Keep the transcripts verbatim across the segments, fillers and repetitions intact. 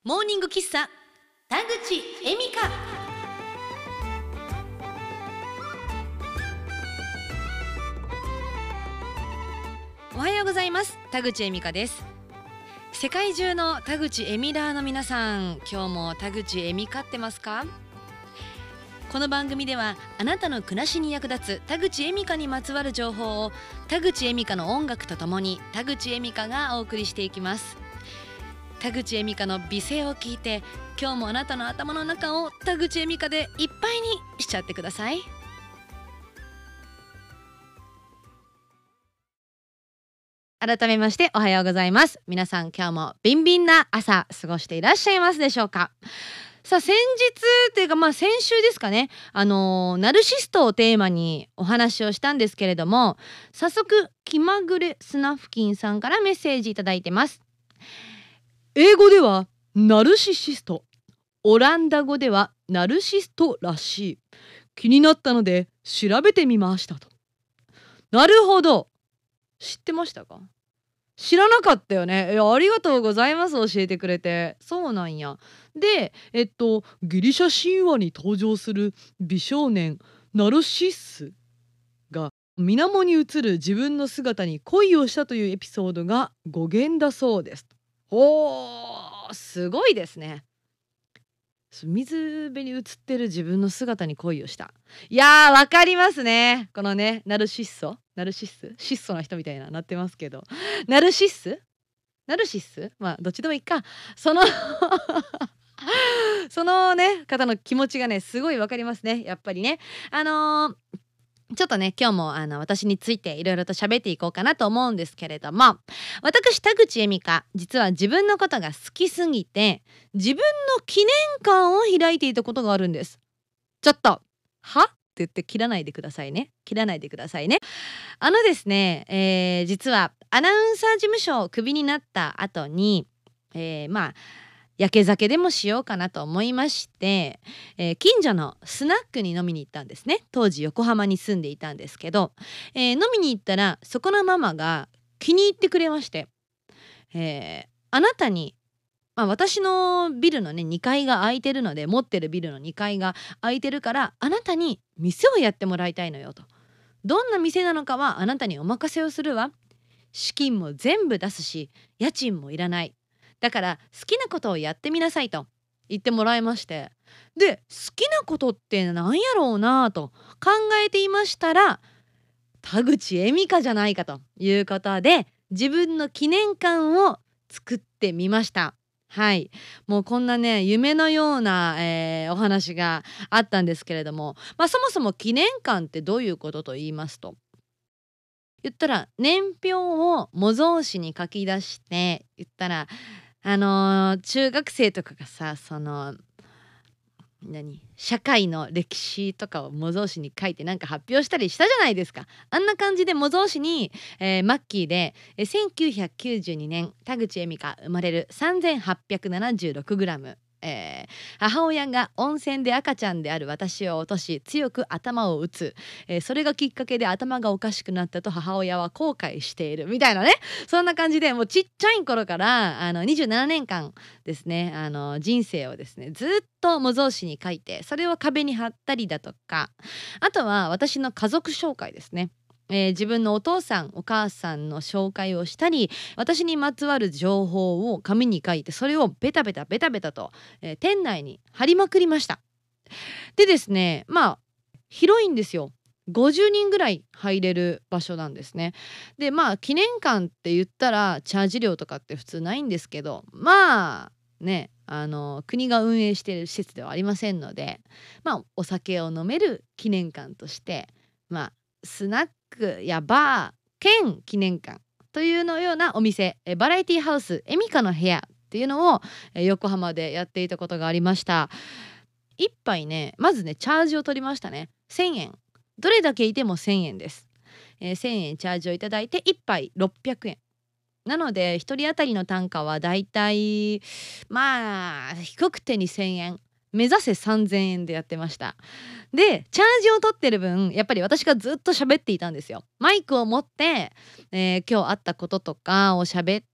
モーニング喫茶田口恵美香。おはようございます。田口恵美香です。世界中の田口恵美ラーの皆さん、今日も田口恵美香ってますか？この番組ではあなたの暮らしに役立つ田口恵美香にまつわる情報を田口恵美香の音楽とともに田口恵美香がお送りしていきます。田口恵美香の美声を聞いて、今日もあなたの頭の中を田口恵美香でいっぱいにしちゃってください。改めましておはようございます。皆さん、今日もビンビンな朝過ごしていらっしゃいますでしょうか？さあ、先日というかまあ先週ですかね、あのー、ナルシストをテーマにお話をしたんですけれども、早速気まぐれスナフキンさんからメッセージいただいてます。英語ではナルシシスト、オランダ語ではナルシストらしい。気になったので調べてみましたと。なるほど、知ってましたか？知らなかったよね。いや、ありがとうございます、教えてくれて。そうなんや。で、えっとギリシャ神話に登場する美少年ナルシッスが水面に映る自分の姿に恋をしたというエピソードが語源だそうです。おー、すごいですね。水辺に映ってる自分の姿に恋をした。いやー、わかりますね。このね、ナルシッソナルシッス質素な人みたいななってますけど、ナルシッスナルシッスまあどっちでもいいか。そのそのね方の気持ちがね、すごいわかりますね。やっぱりね、あのーちょっとね、今日もあの私についていろいろと喋っていこうかなと思うんですけれども、私田口恵美香、実は自分のことが好きすぎて自分の記念館を開いていたことがあるんです。ちょっとはって言って切らないでくださいね。切らないでくださいね。あのですね、えー実はアナウンサー事務所をクビになった後に、えーまあやけ酒でもしようかなと思いまして、えー近所のスナックに飲みに行ったんですね。当時横浜に住んでいたんですけど、えー飲みに行ったらそこのママが気に入ってくれまして、えーあなたに、まあ、私のビルのねにかいが空いてるので、持ってるビルのにかいが空いてるから、あなたに店をやってもらいたいのよと。どんな店なのかはあなたにお任せをするわ。資金も全部出すし、家賃もいらない。だから好きなことをやってみなさいと言ってもらいまして、で好きなことって何やろうなと考えていましたら、田口恵美香じゃないかということで、自分の記念館を作ってみました。はい、もうこんなね夢のような、えーお話があったんですけれども、まあ、そもそも記念館ってどういうことと言いますと、言ったら年表を模造紙に書き出して、言ったらあのー中学生とかがさ、その何社会の歴史とかを模造紙に書いてなんか発表したりしたじゃないですか。あんな感じで模造紙に、えーマッキーで、えーせんきゅうひゃくきゅうじゅうにねん田口恵美香生まれる さんぜんはっぴゃくななじゅうろくグラム、えー母親が温泉で赤ちゃんである私を落とし強く頭を打つ、えーそれがきっかけで頭がおかしくなったと母親は後悔しているみたいなね、そんな感じで、もうちっちゃい頃からあのにじゅうななねんかんですね、あの人生をですねずっと模造紙に書いて、それを壁に貼ったりだとか、あとは私の家族紹介ですね。えー自分のお父さんお母さんの紹介をしたり、私にまつわる情報を紙に書いて、それをベタベタベタベタと、えー店内に貼りまくりました。でですね、まあ広いんですよ。ごじゅうにんぐらい入れる場所なんですね。でまあ記念館って言ったらチャージ料とかって普通ないんですけど、まあね、あの国が運営している施設ではありませんので、まあお酒を飲める記念館として、まあスナックやバー兼記念館というのようなお店、えバラエティハウス恵美香の部屋っていうのをえ横浜でやっていたことがありました。一杯ね、まずねチャージを取りましたね。せんえん、どれだけいてもせんえんです。えーせんえんチャージをいただいていっぱいろっぴゃくえんなので、ひとり当たりの単価はだいたいまあ低くてにせんえん、目指せさんぜんえんでやってました。でチャージを取ってる分、やっぱり私がずっと喋っていたんですよ。マイクを持って、えー今日あったこととかを喋っ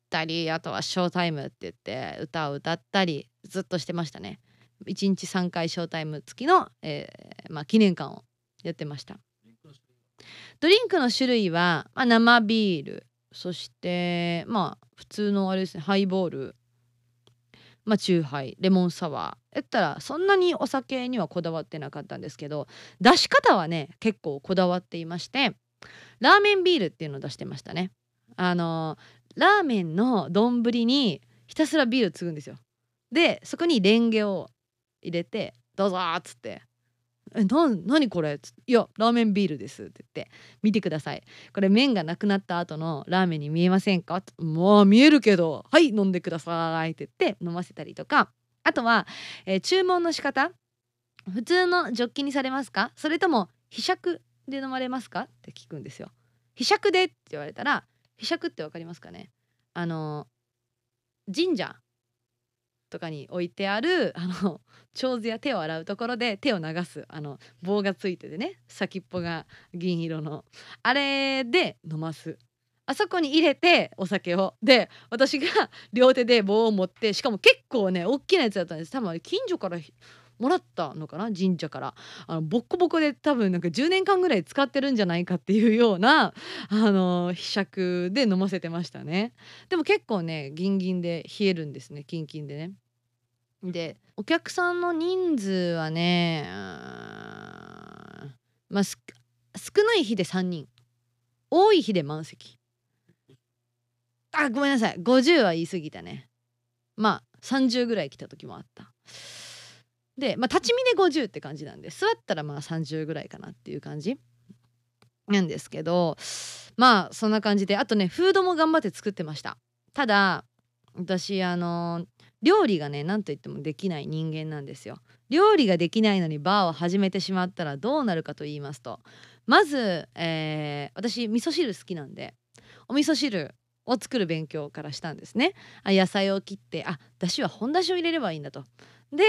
たり、あとはショータイムって言って歌を歌ったりずっとしてましたね。いちにちさんかいショータイム付きの、えーまあ、記念館をやってました。ドリンクの種類は、まあ、生ビール、そしてまあ普通のあれですね、ハイボール、まあチューハイ、レモンサワーやったらそんなにお酒にはこだわってなかったんですけど、出し方はね結構こだわっていまして、ラーメンビールっていうのを出してましたね。あのラーメンの丼にひたすらビール継ぐんですよ。でそこにレンゲを入れて「どうぞ」っつって「えな何これ」っつって「いやラーメンビールです」って言って「見てください、これ麺がなくなった後のラーメンに見えませんか」って「まあ見えるけどはい飲んでください」って言って飲ませたりとか、あとは、えー注文の仕方、普通のジョッキにされますか、それともひしゃくで飲まれますかって聞くんですよ。ひしゃくでって言われたら、ひしゃくってわかりますかね。あの神社とかに置いてあるあの手水や手を洗うところで手を流すあの棒がついててね、先っぽが銀色のあれで飲ます。あそこに入れてお酒をで私が両手で棒を持って、しかも結構ね大きなやつだったんです。多分あれ近所からひもらったのかな、神社から。あのボッコボコで多分なんかじゅうねんかんぐらい使ってるんじゃないかっていうようなあのひしゃくで飲ませてましたね。でも結構ねギンギンで冷えるんですね、キンキンでね。でお客さんの人数はね、うーんまあす少ない日でさんにん、多い日で満席。あ、ごめんなさい、ごじゅうは言い過ぎたね。まあさんじゅうぐらい来た時もあった。で、まあ、立ち見でごじゅうって感じなんで、座ったらまあさんじゅうぐらいかなっていう感じなんですけど、まあそんな感じで、あとねフードも頑張って作ってました。ただ私あの料理がね何と言ってもできない人間なんですよ。料理ができないのにバーを始めてしまったらどうなるかと言いますと、まず、えー私味噌汁好きなんで、お味噌汁を作る勉強からしたんですね。あ、野菜を切って、あ、だしは本だしを入れればいいんだと。で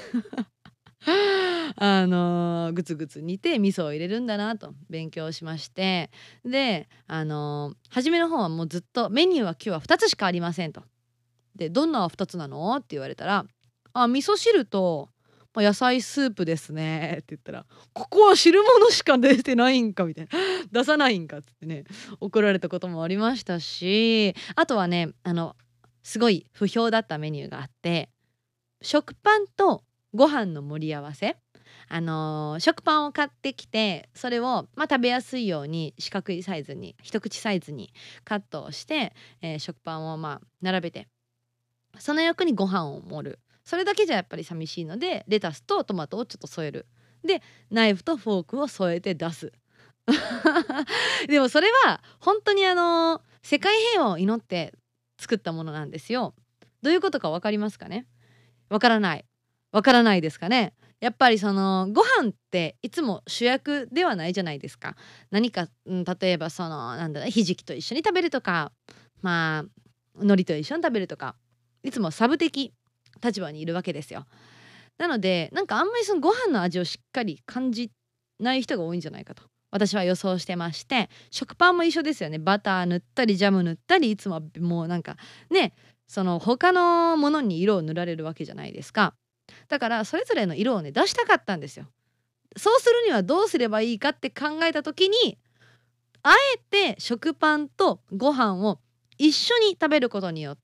あのーぐつぐつ煮て味噌を入れるんだなと勉強しまして、であのー初めの方はもうずっとメニューは今日はふたつしかありませんと。で「どんなふたつなの？」って言われたら「あ、味噌汁と、ま、野菜スープですね」って言ったら「ここは汁物しか出てないんか」みたいな「出さないんか」っつってね怒られたこともありましたし、あとはねあのすごい不評だったメニューがあって、食パンとご飯の盛り合わせ。あのー食パンを買ってきてそれを、まあ、食べやすいように四角いサイズに一口サイズにカットをして、えー食パンをまあ並べて、その横にご飯を盛る。それだけじゃやっぱり寂しいのでレタスとトマトをちょっと添える。でナイフとフォークを添えて出す。でもそれは本当にあの世界平和を祈って作ったものなんですよ。どういうことか分かりますかね。わからない。わからないですかね。やっぱりそのご飯っていつも主役ではないじゃないですか。何か、うん、例えばそのなんだろうひじきと一緒に食べるとか、まあ海苔と一緒に食べるとか、いつもサブ的立場にいるわけですよ。なのでなんかあんまりそのご飯の味をしっかり感じない人が多いんじゃないかと私は予想してまして、食パンも一緒ですよね。バター塗ったりジャム塗ったり、いつもはもうなんかね、その他のものに色を塗られるわけじゃないですか。だからそれぞれの色をね出したかったんですよ。そうするにはどうすればいいかって考えた時に、あえて食パンとご飯を一緒に食べることによって、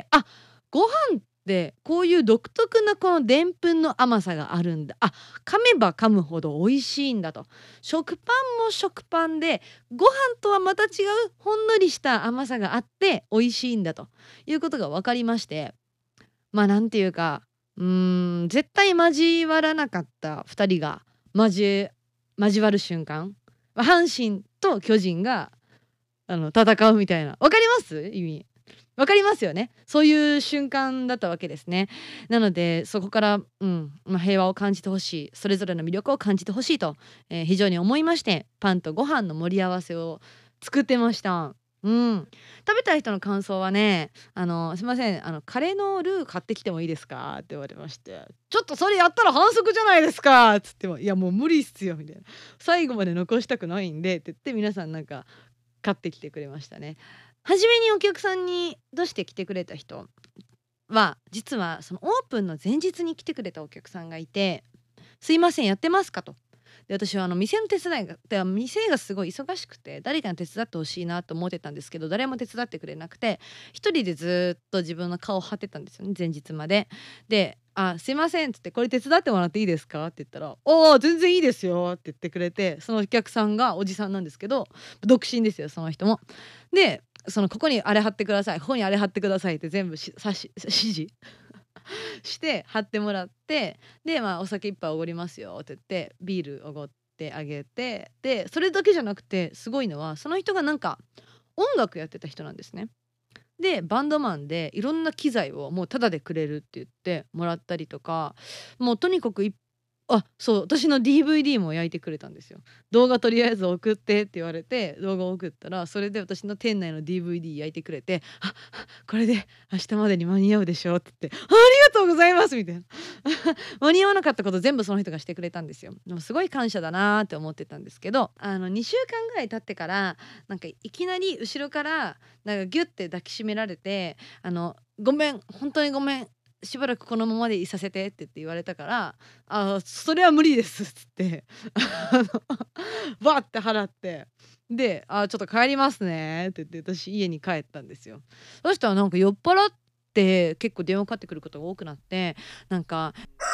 あ、ご飯ってこういう独特なこのでんぷんの甘さがあるんだ、あ、噛めば噛むほど美味しいんだと。食パンも食パンでご飯とはまた違うほんのりした甘さがあって美味しいんだということが分かりまして、まあなんていうか、うーん絶対交わらなかったふたりが交え交わる瞬間、まあ阪神と巨人があの戦うみたいな、わかります意味。わかりますよね。そういう瞬間だったわけですね。なのでそこから、うんまあ、平和を感じてほしい、それぞれの魅力を感じてほしいと、えー非常に思いまして、パンとご飯の盛り合わせを作ってました。うん、食べた人の感想はね、あのすいません、あのカレーのルー買ってきてもいいですかって言われまして、ちょっとそれやったら反則じゃないですかっつっても、いやもう無理っすよみたいな、最後まで残したくないんでって言って皆さんなんか買ってきてくれましたね。 初めにお客さんに出して来てくれた人は実はそのオープンの前日に来てくれたお客さんがいて、すいませんやってますかと。で私はあの店の手伝いがで店がすごい忙しくて誰かに手伝ってほしいなと思ってたんですけど、誰も手伝ってくれなくて一人でずっと自分の顔を張ってたんですよね、前日まで。で「あすいません」っつって「これ手伝ってもらっていいですか?」って言ったら「ああ全然いいですよ」って言ってくれて、そのお客さんがおじさんなんですけど独身ですよその人も。でそのここにあれ貼ってください、ここにあれ貼ってくださいって全部し指し指示して貼ってもらって、でまあお酒一杯おごりますよって言ってビールおごってあげて、でそれだけじゃなくてすごいのはその人がなんか音楽やってた人なんですね。でバンドマンでいろんな機材をもうタダでくれるって言ってもらったりとか、もうとにかくいあそう私の ディーブイディー も焼いてくれたんですよ。動画とりあえず送ってって言われて動画を送ったら、それで私の店内の ディーブイディー 焼いてくれて「あこれで明日までに間に合うでしょ」って言って「あありがとうございます」みたいな間に合わなかったこと全部その人がしてくれたんですよ。でもすごい感謝だなーって思ってたんですけど、あのにしゅうかんぐらい経ってからなんかいきなり後ろからなんかギュッて抱きしめられて「あのごめん本当にごめんしばらくこのままでいさせて」って言って言われたから「あそれは無理です」っつってあのバーって払って、で「あちょっと帰りますね」って言って私家に帰ったんですよ。そしたらなんか酔っ払って結構電話かかってくることが多くなって、なんか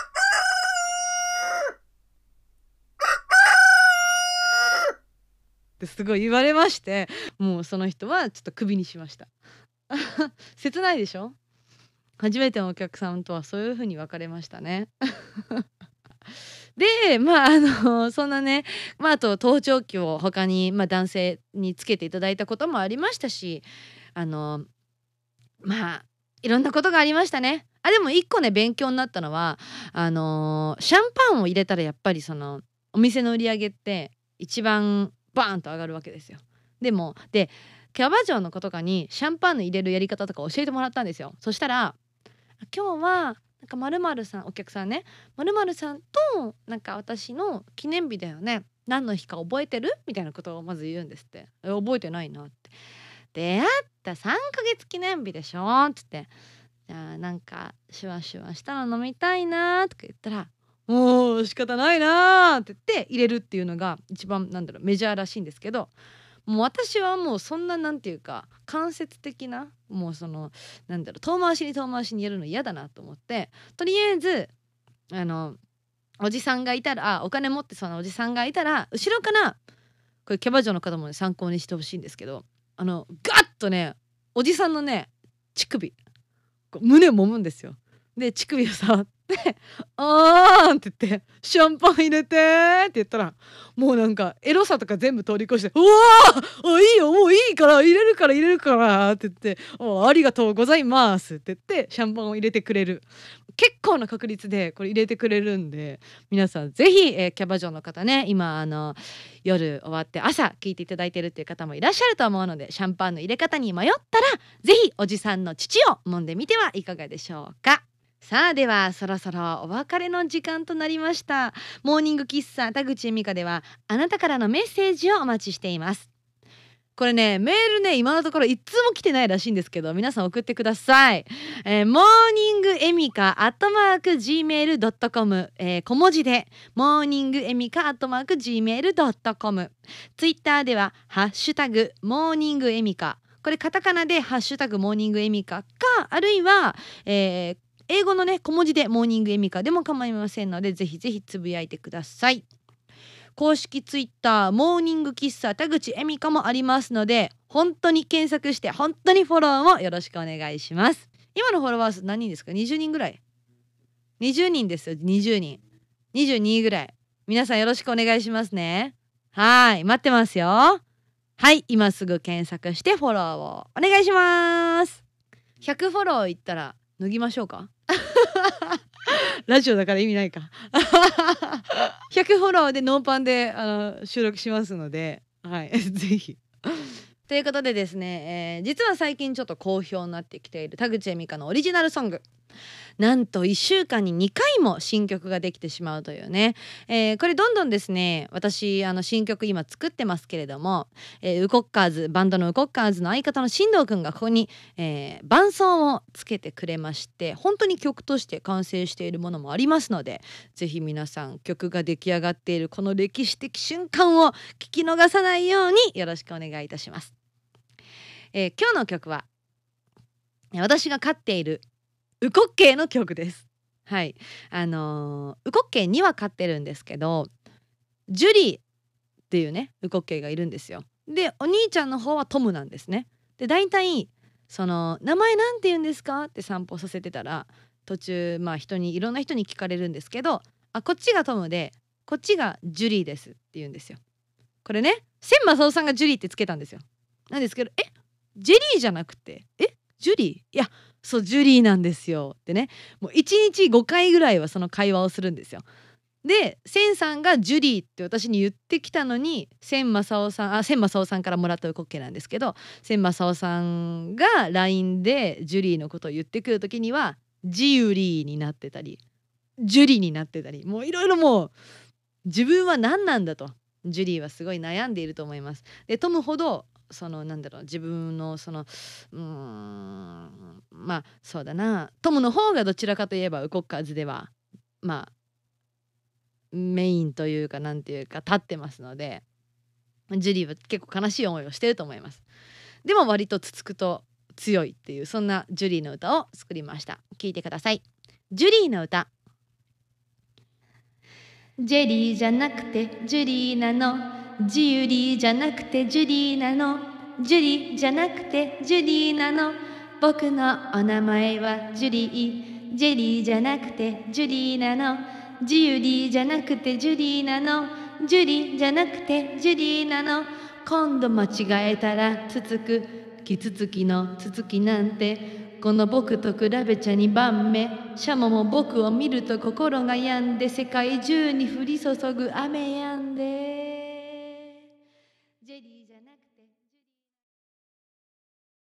ってすごい言われまして、もうその人はちょっとクビにしました。切ないでしょ。初めてのお客さんとはそういう風に別れましたね。で、まあ、あの、そんなね、まあ、あと盗聴器を他に、まあ、男性につけていただいたこともありましたし、あの、まあ、いろんなことがありましたね。あ、でもいっこね、勉強になったのは、あの、シャンパンを入れたらやっぱりその、お店の売り上げって一番バーンと上がるわけですよ。でも、で、キャバ嬢の子とかにシャンパンの入れるやり方とか教えてもらったんですよ。そしたら今日はなんか〇〇さんお客さんね〇〇さんとなんか私の記念日だよね何の日か覚えてるみたいなことをまず言うんですって。え覚えてないなって。出会ったさんかげつ記念日でしょっつって、じゃあなんかシュワシュワしたの飲みたいなとか言ったらもう仕方ないなって言って入れるっていうのが一番なんだろうメジャーらしいんですけど、もう私はもうそんななんていうか間接的なもうそのなんだろう遠回しに遠回しにやるの嫌だなと思って、とりあえずあのおじさんがいたらあお金持ってそうなおじさんがいたら後ろからこれキャバ嬢の方も、ね、参考にしてほしいんですけど、あのガッとねおじさんのね乳首こう胸を揉むんですよ。で乳首を触って「あーん」って言って「シャンパン入れて」って言ったらもうなんかエロさとか全部通り越して「うわーあいいよもういいから入れるから入れるから」って言って「おありがとうございます」って言ってシャンパンを入れてくれる。結構な確率でこれ入れてくれるんで、皆さんぜひ、えーキャバ嬢の方ね今あの夜終わって朝聞いていただいてるっていう方もいらっしゃると思うので、シャンパンの入れ方に迷ったらぜひおじさんの乳を揉んでみてはいかがでしょうか。さあではそろそろお別れの時間となりました。モーニング喫茶田口恵美香ではあなたからのメッセージをお待ちしています。これねメールね今のところいつも来てないらしいんですけど、皆さん送ってください。えー、モーニングエミカアットマーク ジーメールドットコム、えー、小文字でモーニングエミカアットマーク ジーメールドットコム、 ツイッターではハッシュタグモーニングエミカ、これカタカナでハッシュタグモーニングエミカか、あるいは、えー英語のね小文字でモーニングエミカでも構いませんのでぜひぜひつぶやいてください。公式ツイッターモーニング喫茶田口恵美香もありますので本当に検索して本当にフォローもよろしくお願いします。今のフォロワー数何人ですか？にじゅうにんぐらい。にじゅうにんですよ。にじゅうにんにじゅうにぐらい。皆さんよろしくお願いしますね。はい待ってますよ。はい今すぐ検索してフォローをお願いします。ひゃくフォローいったら脱ぎましょうかラジオだから意味ないかひゃくフォローでノーパンであの収録しますので、はいぜひということでですね、えー実は最近ちょっと好評になってきている田口恵美香のオリジナルソング、 なんといっしゅうかんににかいも新曲ができてしまうというね、えーこれどんどんですね、私あの新曲今作ってますけれども、えーウコッカーズバンドのウコッカーズの相方の進藤くんがここに、えー伴奏をつけてくれまして、本当に曲として完成しているものもありますので、ぜひ皆さん曲が出来上がっているこの歴史的瞬間を聞き逃さないようによろしくお願いいたします。えー今日の曲は私が飼っているウコッケイの曲です。はい、あのーウコッケイには飼ってるんですけど、ジュリーっていうねウコッケイがいるんですよ。でお兄ちゃんの方はトムなんですね。で大体その名前なんて言うんですかって散歩させてたら、途中まあ人にいろんな人に聞かれるんですけど、あこっちがトムでこっちがジュリーですって言うんですよ。これね千正夫さんがジュリーってつけたんですよ。なんですけど、えジェリーじゃなくてえジュリー、いやそうジュリーなんですよってね、もういちにちごかいぐらいはその会話をするんですよ。で千さんがジュリーって私に言ってきたのに、千正夫さんあ千正夫さんからもらったウコッケなんですけど、千正夫さんが ライン でジュリーのことを言ってくる時にはジユリーになってたりジュリーになってたり、もういろいろもう自分は何なんだとジュリーはすごい悩んでいると思います。でトムほどそのなんだろう自分のそのうーんまあそうだな、トムの方がどちらかといえばウコッカーズではまあメインというかなんていうか立ってますので、ジュリーは結構悲しい思いをしてると思います。でも割とつつくと強いっていうそんなジュリーの歌を作りました。聞いてください。ジュリーの歌。ジェリーじゃなくてジュリーなの、ジユリーじゃなくてジュリーなの、ジュリーじゃなくてジュリーなの、僕のお名前はジュリー、ジェリーじゃなくてジュリーなの、ジユリーじゃなくてジュリーなの、ジュリーじゃなくてジュリーなの、今度間違えたらつつく、キツツキのつつきなんてこの僕と比べちゃにばんめ、シャモも僕を見ると心が病んで、世界中に降り注ぐ雨やんで、ジェリーじゃなくて